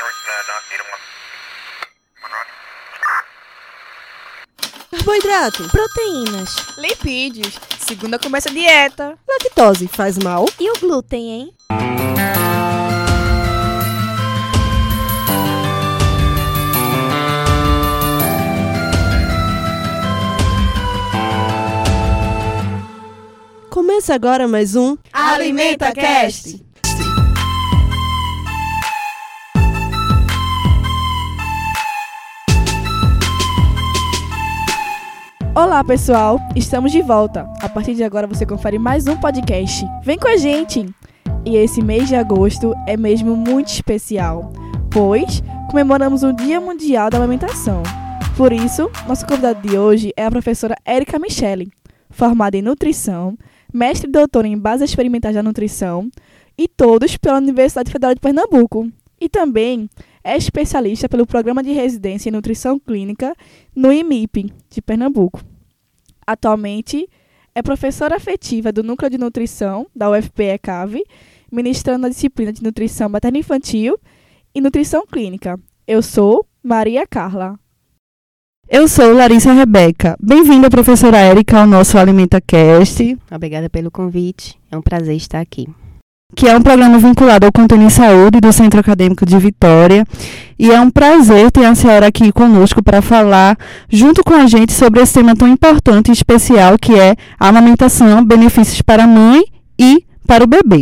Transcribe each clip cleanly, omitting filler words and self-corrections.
Carboidrato, proteínas, lipídios. Segunda começa a dieta. Lactose faz mal? E o glúten, hein? Começa agora mais um Alimenta Cast. Olá pessoal, estamos de volta. A partir de agora você confere mais um podcast. Vem com a gente! E esse mês de agosto é mesmo muito especial, pois comemoramos o Dia Mundial da Amamentação. Por isso, nosso convidado de hoje é a professora Érica Michele, formada em nutrição, mestre e doutora em bases experimentais da nutrição, e todos pela Universidade Federal de Pernambuco. E também é especialista pelo Programa de Residência em Nutrição Clínica no IMIP de Pernambuco. Atualmente é professora afetiva do Núcleo de Nutrição da UFPE-CAV, ministrando a disciplina de Nutrição Materno-Infantil e Nutrição Clínica. Eu sou Maria Carla. Eu sou Larissa Rebeca. Bem-vinda, professora Érica, ao nosso Alimenta Cast. Obrigada pelo convite. É um prazer estar aqui. Que é um programa vinculado ao Contêiner em Saúde do Centro Acadêmico de Vitória. E é um prazer ter a senhora aqui conosco para falar, junto com a gente, sobre esse tema tão importante e especial que é a amamentação, benefícios para a mãe e para o bebê.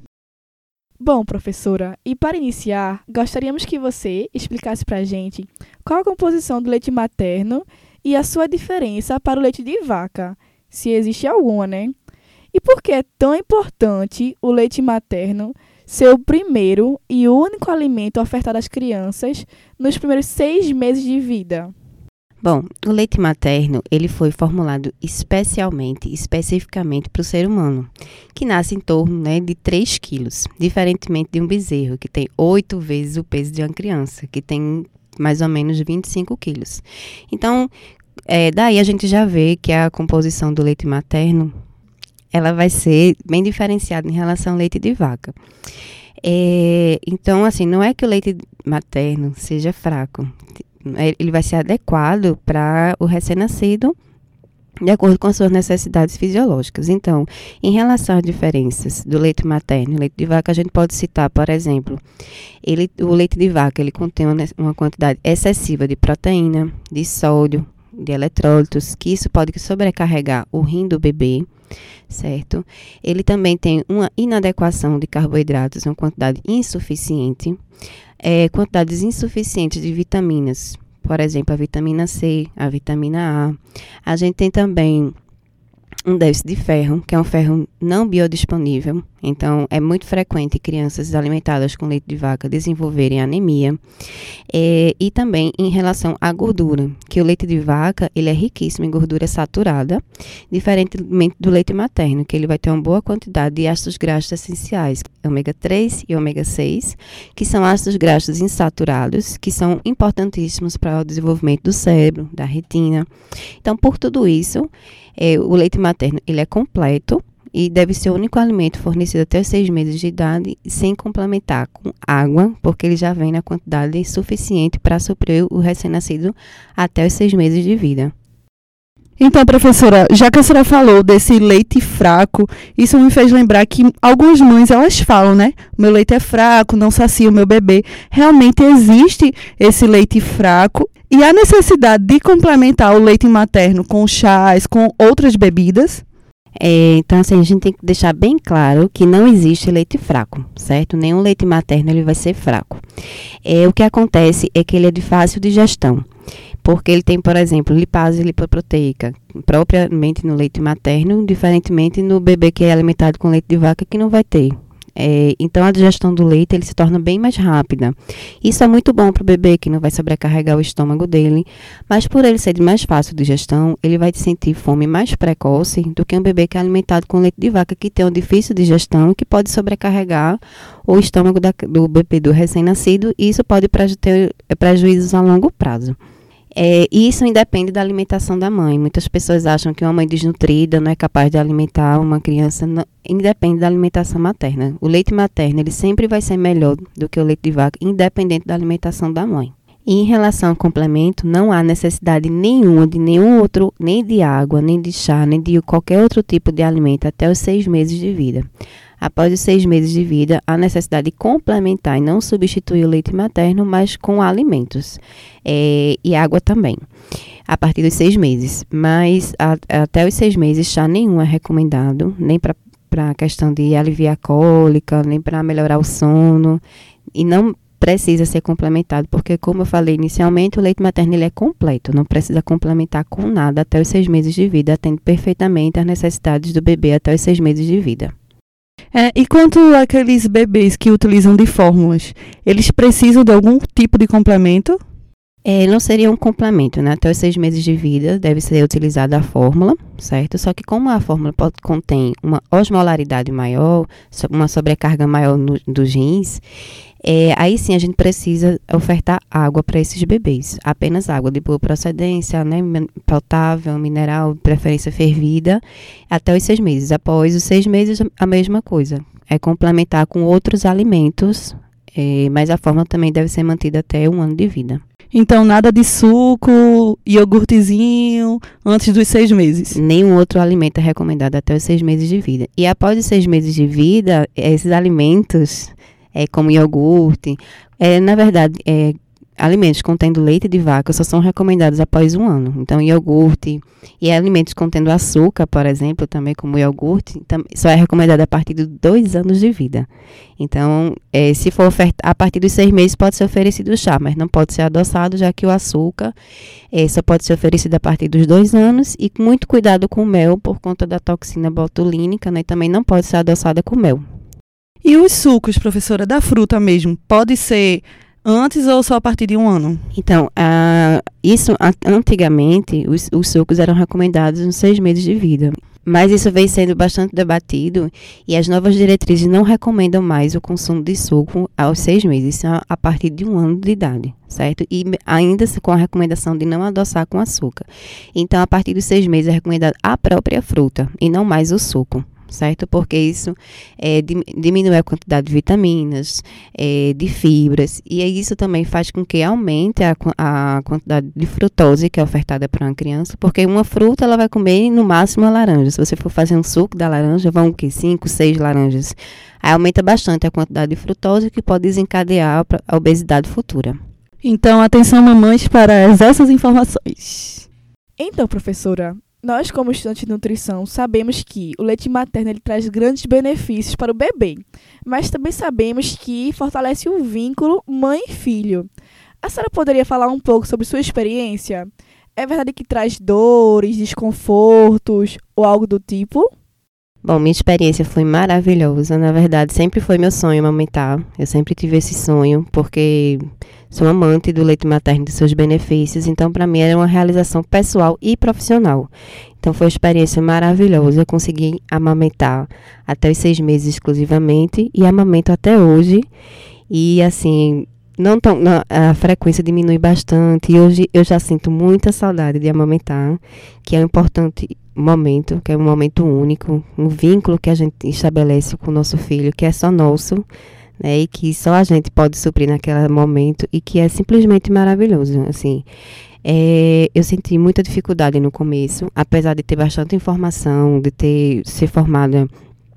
Bom, professora, e para iniciar, gostaríamos que você explicasse para a gente qual a composição do leite materno e a sua diferença para o leite de vaca, se existe alguma, né? E por que é tão importante o leite materno ser o primeiro e único alimento ofertado às crianças nos primeiros 6 meses de vida? Bom, o leite materno, ele foi formulado especificamente para o ser humano, que nasce em torno, de 3 quilos, diferentemente de um bezerro, que tem 8 vezes o peso de uma criança, que tem mais ou menos 25 quilos. Então, daí a gente já vê que a composição do leite materno, ela vai ser bem diferenciada em relação ao leite de vaca. Então, assim, não é que o leite materno seja fraco. Ele vai ser adequado para o recém-nascido, de acordo com as suas necessidades fisiológicas. Então, em relação às diferenças do leite materno e leite de vaca, a gente pode citar, por exemplo, o leite de vaca ele contém uma quantidade excessiva de proteína, de sódio, de eletrólitos, que isso pode sobrecarregar o rim do bebê, certo? Ele também tem uma inadequação de carboidratos, uma quantidade insuficiente, quantidades insuficientes de vitaminas, por exemplo, a vitamina C, a vitamina A. A gente tem também um déficit de ferro, que é um ferro não biodisponível. Então, é muito frequente crianças alimentadas com leite de vaca desenvolverem anemia. E também em relação à gordura, que o leite de vaca ele é riquíssimo em gordura saturada, diferentemente do leite materno, que ele vai ter uma boa quantidade de ácidos graxos essenciais, ômega 3 e ômega 6, que são ácidos graxos insaturados, que são importantíssimos para o desenvolvimento do cérebro, da retina. Então, por tudo isso, o leite materno ele é completo e deve ser o único alimento fornecido até os 6 meses de idade, sem complementar com água, porque ele já vem na quantidade suficiente para suprir o recém-nascido até os 6 meses de vida. Então, professora, já que a senhora falou desse leite fraco, isso me fez lembrar que algumas mães, elas falam, meu leite é fraco, não sacia o meu bebê. Realmente existe esse leite fraco e a necessidade de complementar o leite materno com chás, com outras bebidas? Então, assim, a gente tem que deixar bem claro que não existe leite fraco, certo? Nenhum leite materno ele vai ser fraco. O que acontece é que ele é de fácil digestão, porque ele tem, por exemplo, lipase lipoproteica, propriamente no leite materno, diferentemente no bebê que é alimentado com leite de vaca, que não vai ter. Então, a digestão do leite ele se torna bem mais rápida. Isso é muito bom para o bebê, que não vai sobrecarregar o estômago dele, mas por ele ser de mais fácil digestão, ele vai sentir fome mais precoce do que um bebê que é alimentado com leite de vaca, que tem uma difícil digestão, que pode sobrecarregar o estômago do bebê do recém-nascido, e isso pode ter prejuízos a longo prazo. E isso independe da alimentação da mãe. Muitas pessoas acham que uma mãe desnutrida não é capaz de alimentar uma criança. Não, independe da alimentação materna. O leite materno ele sempre vai ser melhor do que o leite de vaca, independente da alimentação da mãe. E em relação ao complemento, não há necessidade nenhuma de nenhum outro, nem de água, nem de chá, nem de qualquer outro tipo de alimento até os 6 meses de vida. Após os 6 meses de vida, há necessidade de complementar e não substituir o leite materno, mas com alimentos e água também, a partir dos 6 meses. Mas até os 6 meses, chá nenhum é recomendado, nem para a questão de aliviar a cólica, nem para melhorar o sono, e não precisa ser complementado, porque como eu falei inicialmente, o leite materno ele é completo, não precisa complementar com nada até os 6 meses de vida, atende perfeitamente às necessidades do bebê até os 6 meses de vida. E quanto àqueles bebês que utilizam de fórmulas, eles precisam de algum tipo de complemento? Não seria um complemento, né? Até os 6 meses de vida deve ser utilizada a fórmula, certo? Só que como a fórmula contém uma osmolaridade maior, uma sobrecarga maior dos rins, aí sim a gente precisa ofertar água para esses bebês. Apenas água de boa procedência, né? Potável, mineral, de preferência fervida, até os 6 meses. Após os 6 meses, a mesma coisa. É complementar com outros alimentos, mas a fórmula também deve ser mantida até 1 ano de vida. Então, nada de suco, iogurtezinho, antes dos 6 meses? Nenhum outro alimento é recomendado até os 6 meses de vida. E após os 6 meses de vida, esses alimentos, como iogurte, na verdade, alimentos contendo leite de vaca só são recomendados após 1 ano. Então, iogurte e alimentos contendo açúcar, por exemplo, também como iogurte, só é recomendado a partir de 2 anos de vida. Então, se for a partir dos 6 meses, pode ser oferecido o chá, mas não pode ser adoçado, já que o açúcar só pode ser oferecido a partir dos 2 anos e com muito cuidado com o mel, por conta da toxina botulínica, né? Também não pode ser adoçada com mel. E os sucos, professora, da fruta mesmo, pode ser antes ou só a partir de 1 ano? Então, antigamente, os sucos eram recomendados nos 6 meses de vida. Mas isso vem sendo bastante debatido e as novas diretrizes não recomendam mais o consumo de suco aos 6 meses, isso a partir de 1 ano de idade, certo? E ainda com a recomendação de não adoçar com açúcar. Então, a partir dos 6 meses é recomendado a própria fruta e não mais o suco, certo? Porque isso diminui a quantidade de vitaminas, de fibras, e isso também faz com que aumente a quantidade de frutose que é ofertada para uma criança, porque uma fruta ela vai comer no máximo a laranja. Se você for fazer um suco da laranja, vão 5, 6 laranjas. Aí aumenta bastante a quantidade de frutose, que pode desencadear a obesidade futura. Então, atenção mamães para essas informações. Então, professora, nós, como estudantes de nutrição, sabemos que o leite materno ele traz grandes benefícios para o bebê, mas também sabemos que fortalece o vínculo mãe e filho. A senhora poderia falar um pouco sobre sua experiência? É verdade que traz dores, desconfortos ou algo do tipo? Bom, minha experiência foi maravilhosa. Na verdade, sempre foi meu sonho amamentar. Eu sempre tive esse sonho, porque sou amante do leite materno e de seus benefícios. Então, para mim, era uma realização pessoal e profissional. Então, foi uma experiência maravilhosa. Eu consegui amamentar até os 6 meses exclusivamente e amamento até hoje. E, assim, a frequência diminui bastante. E hoje eu já sinto muita saudade de amamentar, que é um importante momento, que é um momento único, um vínculo que a gente estabelece com o nosso filho, que é só nosso, né, e que só a gente pode suprir naquele momento e que é simplesmente maravilhoso, assim. Eu senti muita dificuldade no começo, apesar de ter bastante informação, de ter se formada,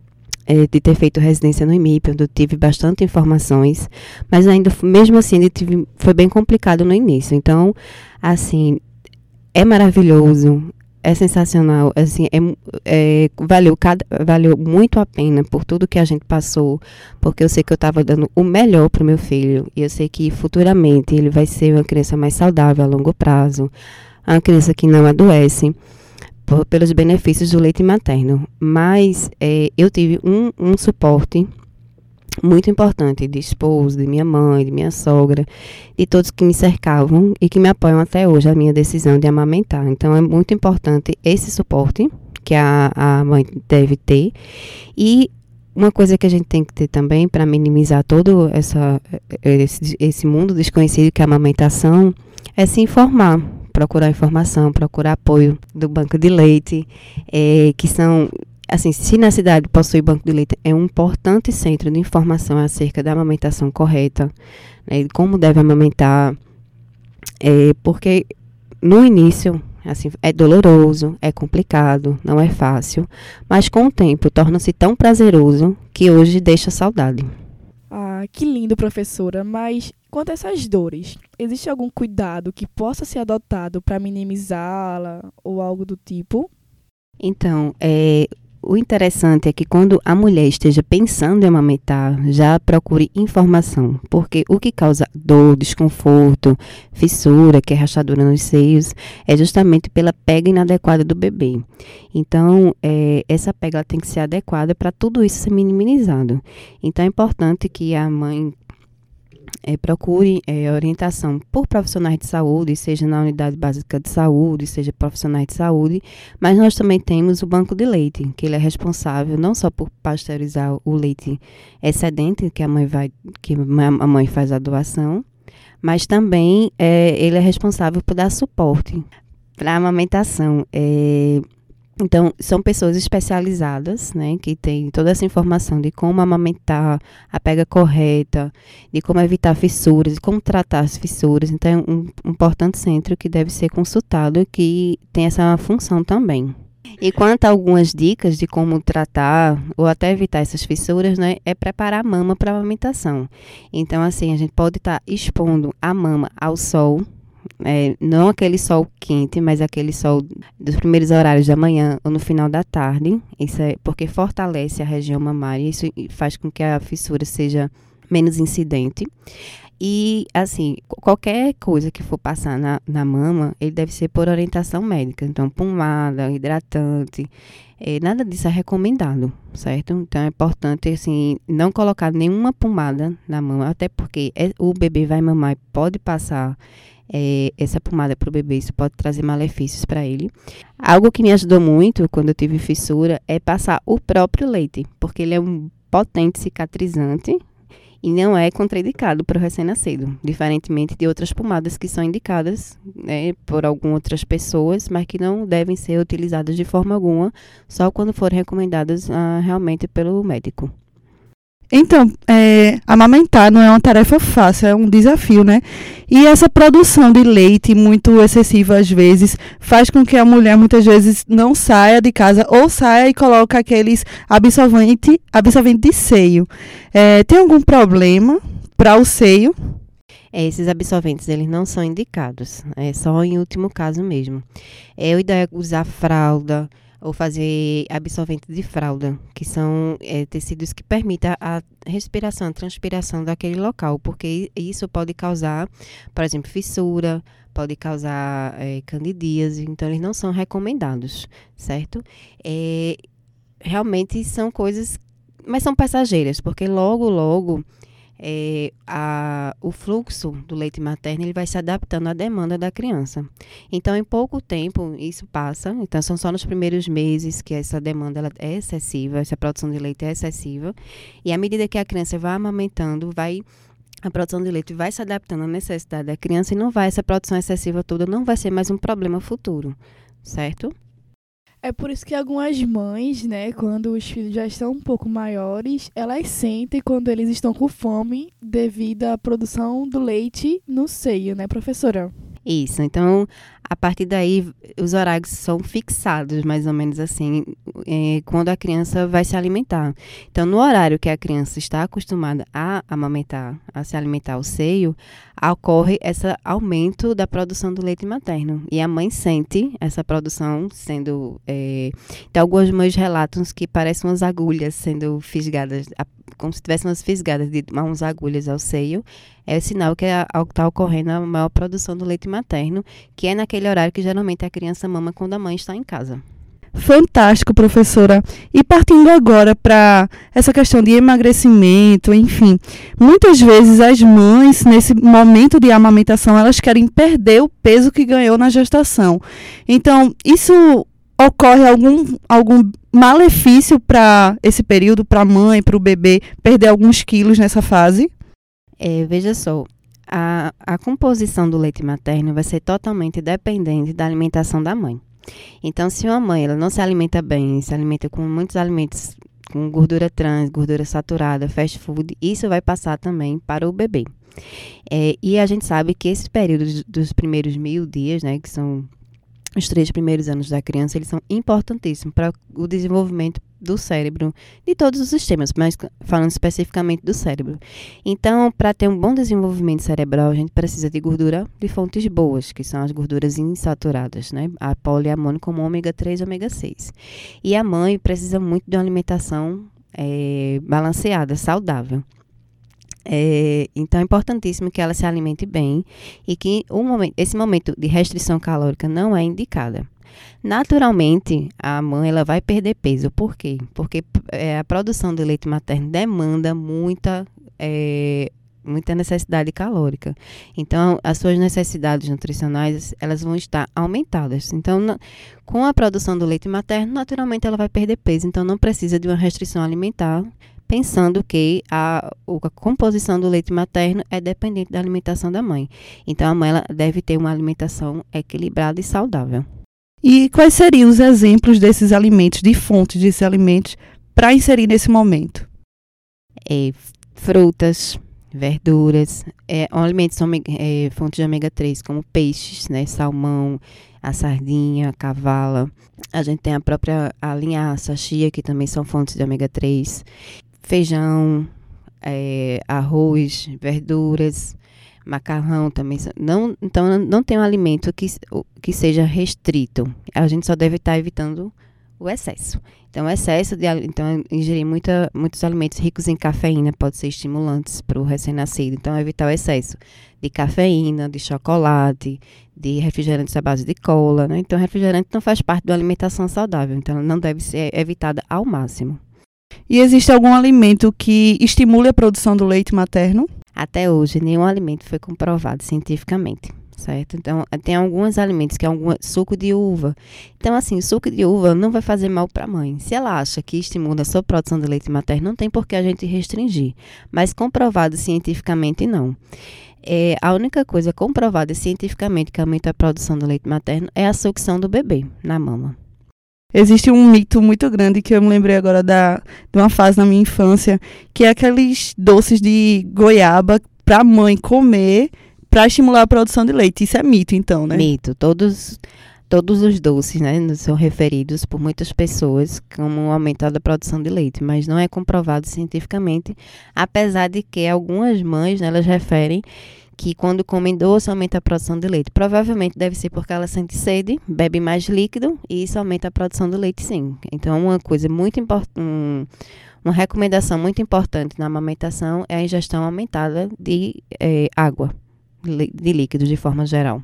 de ter feito residência no IMIP, onde eu tive bastante informações, mas ainda, mesmo assim, foi bem complicado no início. Então, assim, é maravilhoso, é sensacional, assim, valeu muito a pena por tudo que a gente passou, porque eu sei que eu estava dando o melhor para o meu filho, e eu sei que futuramente ele vai ser uma criança mais saudável a longo prazo, uma criança que não adoece, pelos benefícios do leite materno. Mas eu tive um suporte muito importante de esposo, de minha mãe, de minha sogra, de todos que me cercavam e que me apoiam até hoje a minha decisão de amamentar. Então, é muito importante esse suporte que a mãe deve ter. E uma coisa que a gente tem que ter também para minimizar todo esse mundo desconhecido que é a amamentação é se informar. procurar informação, procurar apoio do banco de leite, que são, assim, se na cidade possui banco de leite, é um importante centro de informação acerca da amamentação correta, né, de como deve amamentar, porque no início, assim, é doloroso, é complicado, não é fácil, mas com o tempo torna-se tão prazeroso que hoje deixa saudade. Ah, que lindo, professora. Mas quanto a essas dores, existe algum cuidado que possa ser adotado para minimizá-la ou algo do tipo? Então, o interessante é que quando a mulher esteja pensando em amamentar, já procure informação, porque o que causa dor, desconforto, fissura, que é rachadura nos seios, é justamente pela pega inadequada do bebê. Então, essa pega ela tem que ser adequada para tudo isso ser minimizado. Então, é importante que a mãe procure orientação por profissionais de saúde, seja na unidade básica de saúde, seja profissionais de saúde, mas nós também temos o banco de leite, que ele é responsável não só por pasteurizar o leite excedente que a mãe faz a doação, mas também ele é responsável por dar suporte para a amamentação. Então, são pessoas especializadas, né, que têm toda essa informação de como amamentar, a pega correta, de como evitar fissuras, de como tratar as fissuras. Então, é um importante centro que deve ser consultado e que tem essa função também. E quanto a algumas dicas de como tratar ou até evitar essas fissuras, né, é preparar a mama para a amamentação. Então, assim, a gente pode estar expondo a mama ao sol, não aquele sol quente, mas aquele sol dos primeiros horários da manhã ou no final da tarde. Isso é porque fortalece a região mamária, isso faz com que a fissura seja menos incidente. E, assim, qualquer coisa que for passar na mama, ele deve ser por orientação médica. Então, pomada, hidratante, nada disso é recomendado, certo? Então, é importante, assim, não colocar nenhuma pomada na mama, até porque o bebê vai mamar e pode passar essa pomada para o bebê, isso pode trazer malefícios para ele. Algo que me ajudou muito quando eu tive fissura é passar o próprio leite, porque ele é um potente cicatrizante e não é contraindicado para o recém-nascido, diferentemente de outras pomadas que são indicadas, né, por algumas outras pessoas, mas que não devem ser utilizadas de forma alguma, só quando forem recomendadas realmente pelo médico. Então, amamentar não é uma tarefa fácil, é um desafio, né? E essa produção de leite muito excessiva às vezes faz com que a mulher muitas vezes não saia de casa ou saia e coloca aqueles absorvente de seio. Tem algum problema para o seio? Esses absorventes, eles não são indicados, é só em último caso mesmo. O ideal é usar fralda, ou fazer absorvente de fralda, que são tecidos que permitem a respiração, a transpiração daquele local, porque isso pode causar, por exemplo, fissura, pode causar candidíase, então eles não são recomendados, certo? Realmente são coisas, mas são passageiras, porque logo o fluxo do leite materno ele vai se adaptando à demanda da criança. Então, em pouco tempo, isso passa. Então, são só nos primeiros meses que essa demanda ela é excessiva, essa produção de leite é excessiva. E à medida que a criança vai amamentando, a produção de leite vai se adaptando à necessidade da criança e essa produção excessiva toda não vai ser mais um problema futuro, certo? É por isso que algumas mães, né, quando os filhos já estão um pouco maiores, elas sentem quando eles estão com fome devido à produção do leite no seio, né, professora? Isso, então, a partir daí, os horários são fixados, mais ou menos assim, quando a criança vai se alimentar. Então, no horário que a criança está acostumada a amamentar, a se alimentar ao seio, ocorre esse aumento da produção do leite materno. E a mãe sente essa produção sendo... Então, algumas mães relatam que parecem umas agulhas sendo fisgadas, como se tivessem umas fisgadas de umas agulhas ao seio. É o sinal que está ocorrendo a maior produção do leite materno, que é naquele horário que geralmente a criança mama quando a mãe está em casa. Fantástico, professora. E partindo agora para essa questão de emagrecimento, enfim, muitas vezes as mães, nesse momento de amamentação, elas querem perder o peso que ganhou na gestação. Então, isso ocorre algum malefício para esse período, para a mãe, para o bebê, perder alguns quilos nessa fase? Veja só, A composição do leite materno vai ser totalmente dependente da alimentação da mãe. Então, se uma mãe ela não se alimenta bem, se alimenta com muitos alimentos com gordura trans, gordura saturada, fast food, isso vai passar também para o bebê. E a gente sabe que esse período dos primeiros 1000 dias, né, que são os 3 primeiros anos da criança, eles são importantíssimos para o desenvolvimento do cérebro, de todos os sistemas, mas falando especificamente do cérebro. Então, para ter um bom desenvolvimento cerebral, a gente precisa de gordura de fontes boas, que são as gorduras insaturadas, né? A poliamônio como ômega 3 e ômega 6. E a mãe precisa muito de uma alimentação balanceada, saudável. Então é importantíssimo que ela se alimente bem e que esse momento de restrição calórica não é indicada. Naturalmente, a mãe ela vai perder peso. Por quê? Porque a produção de leite materno demanda muita necessidade calórica. Então, as suas necessidades nutricionais elas vão estar aumentadas. Então, com a produção do leite materno, naturalmente ela vai perder peso. Então, não precisa de uma restrição alimentar, pensando que a composição do leite materno é dependente da alimentação da mãe. Então, a mãe ela deve ter uma alimentação equilibrada e saudável. E quais seriam os exemplos desses alimentos, de fontes desses alimentos, para inserir nesse momento? Frutas, verduras, alimentos são fontes de ômega 3, como peixes, né, salmão, a sardinha, a cavala. A gente tem a linhaça, a chia, que também são fontes de ômega 3. Feijão, arroz, verduras, macarrão também. Então, não tem um alimento que seja restrito. A gente só deve estar evitando o excesso. Então, ingerir muitos alimentos ricos em cafeína pode ser estimulantes para o recém-nascido. Então, evitar o excesso de cafeína, de chocolate, de refrigerantes à base de cola, né? Então, refrigerante não faz parte da alimentação saudável. Então, não deve ser evitada ao máximo. E existe algum alimento que estimule a produção do leite materno? Até hoje, nenhum alimento foi comprovado cientificamente, certo? Então, tem alguns alimentos que é suco de uva. Então, assim, o suco de uva não vai fazer mal para a mãe. Se ela acha que estimula a sua produção de leite materno, não tem por que a gente restringir. Mas comprovado cientificamente, não. A única coisa comprovada cientificamente que aumenta a produção do leite materno é a sucção do bebê na mama. Existe um mito muito grande que eu me lembrei agora de uma fase na minha infância, que é aqueles doces de goiaba para a mãe comer para estimular a produção de leite. Isso é mito, então, né? Mito. Todos os doces, né, são referidos por muitas pessoas como um aumento da produção de leite, mas não é comprovado cientificamente, apesar de que algumas mães, né, elas referem que quando comem doce aumenta a produção de leite. Provavelmente deve ser porque ela sente sede, bebe mais líquido e isso aumenta a produção de leite, sim. Então, uma coisa muito importante, uma recomendação muito importante na amamentação é a ingestão aumentada de água, de líquidos de forma geral.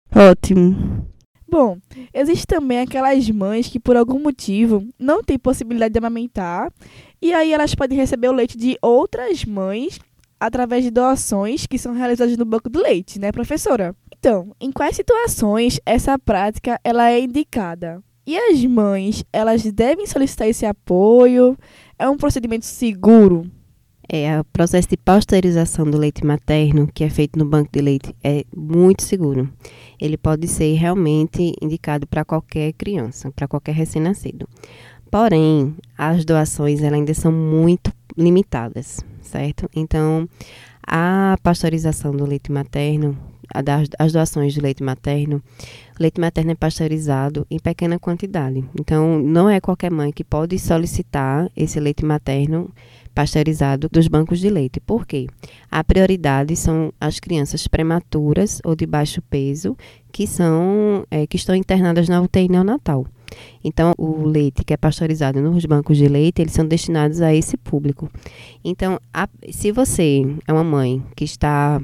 Ótimo. Bom, existe também aquelas mães que por algum motivo não têm possibilidade de amamentar e aí elas podem receber o leite de outras mães através de doações que são realizadas no banco de leite, né, professora? Então, em quais situações essa prática ela é indicada? E as mães, elas devem solicitar esse apoio? É um procedimento seguro? O processo de pasteurização do leite materno, que é feito no banco de leite, é muito seguro. Ele pode ser realmente indicado para qualquer criança, para qualquer recém-nascido. Porém, as doações elas ainda são muito limitadas, certo? Então, a pasteurização do leite materno, as doações de leite materno, o leite materno é pasteurizado em pequena quantidade. Então, não é qualquer mãe que pode solicitar esse leite materno pasteurizado dos bancos de leite. Por quê? A prioridade são as crianças prematuras ou de baixo peso que estão internadas na UTI neonatal. Então, o leite que é pasteurizado nos bancos de leite, eles são destinados a esse público. Então, se você é uma mãe que está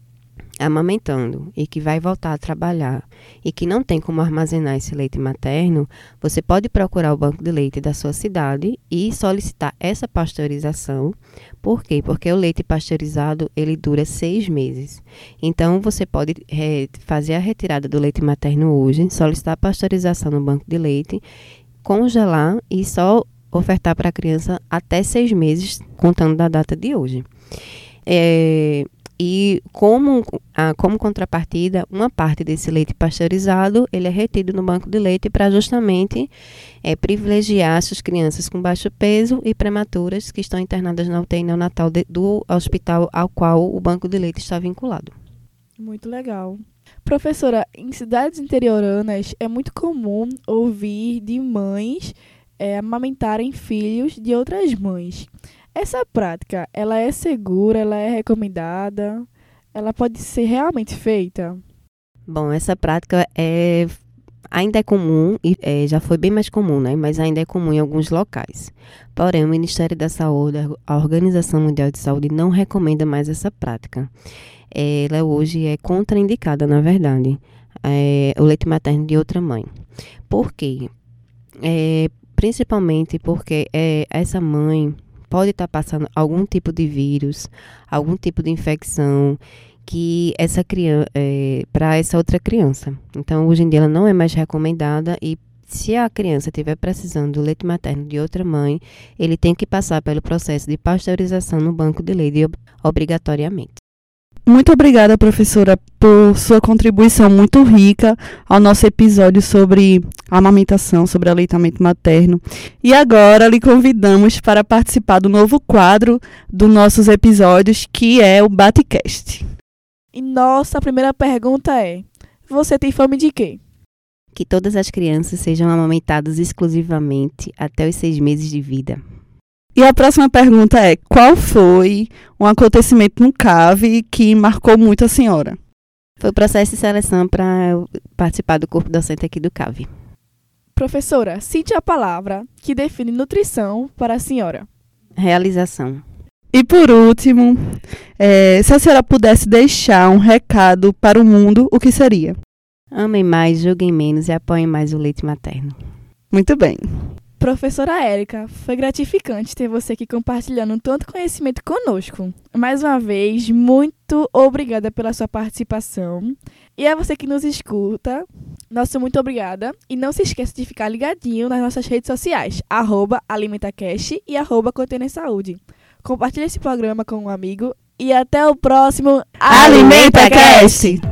amamentando e que vai voltar a trabalhar e que não tem como armazenar esse leite materno, você pode procurar o banco de leite da sua cidade e solicitar essa pasteurização. Por quê? Porque o leite pasteurizado, ele dura 6 meses. Então, você pode fazer a retirada do leite materno hoje, solicitar a pasteurização no banco de leite, congelar e só ofertar para a criança até 6 meses, contando da data de hoje. E como contrapartida, uma parte desse leite pasteurizado, ele é retido no banco de leite para justamente privilegiar essas crianças com baixo peso e prematuras que estão internadas na UTI neonatal do hospital ao qual o banco de leite está vinculado. Muito legal. Professora, em cidades interioranas é muito comum ouvir de mães amamentarem filhos de outras mães. Essa prática, ela é segura, ela é recomendada? Ela pode ser realmente feita? Bom, essa prática ainda é comum, e já foi bem mais comum, né? Mas ainda é comum em alguns locais. Porém, o Ministério da Saúde, a Organização Mundial de Saúde, não recomenda mais essa prática. Ela hoje é contraindicada, na verdade, o leite materno de outra mãe. Por quê? Principalmente porque essa mãe pode estar passando algum tipo de vírus, algum tipo de infecção que essa criança para essa outra criança. Então, hoje em dia ela não é mais recomendada e se a criança estiver precisando do leite materno de outra mãe, ele tem que passar pelo processo de pasteurização no banco de leite obrigatoriamente. Muito obrigada, professora, por sua contribuição muito rica ao nosso episódio sobre amamentação, sobre aleitamento materno. E agora lhe convidamos para participar do novo quadro dos nossos episódios, que é o Batecast. E nossa primeira pergunta é: você tem fome de quê? Que todas as crianças sejam amamentadas exclusivamente até os 6 meses de vida. E a próxima pergunta é: qual foi um acontecimento no CAV que marcou muito a senhora? Foi o processo de seleção para participar do corpo docente aqui do CAV. Professora, cite a palavra que define nutrição para a senhora. Realização. E por último, se a senhora pudesse deixar um recado para o mundo, o que seria? Amem mais, julguem menos e apoiem mais o leite materno. Muito bem. Professora Érica, foi gratificante ter você aqui compartilhando tanto conhecimento conosco. Mais uma vez, muito obrigada pela sua participação. E a você que nos escuta, nosso muito obrigada. E não se esqueça de ficar ligadinho nas nossas redes sociais, @AlimentaCast e @Container Saúde. Compartilhe esse programa com um amigo e até o próximo AlimentaCast!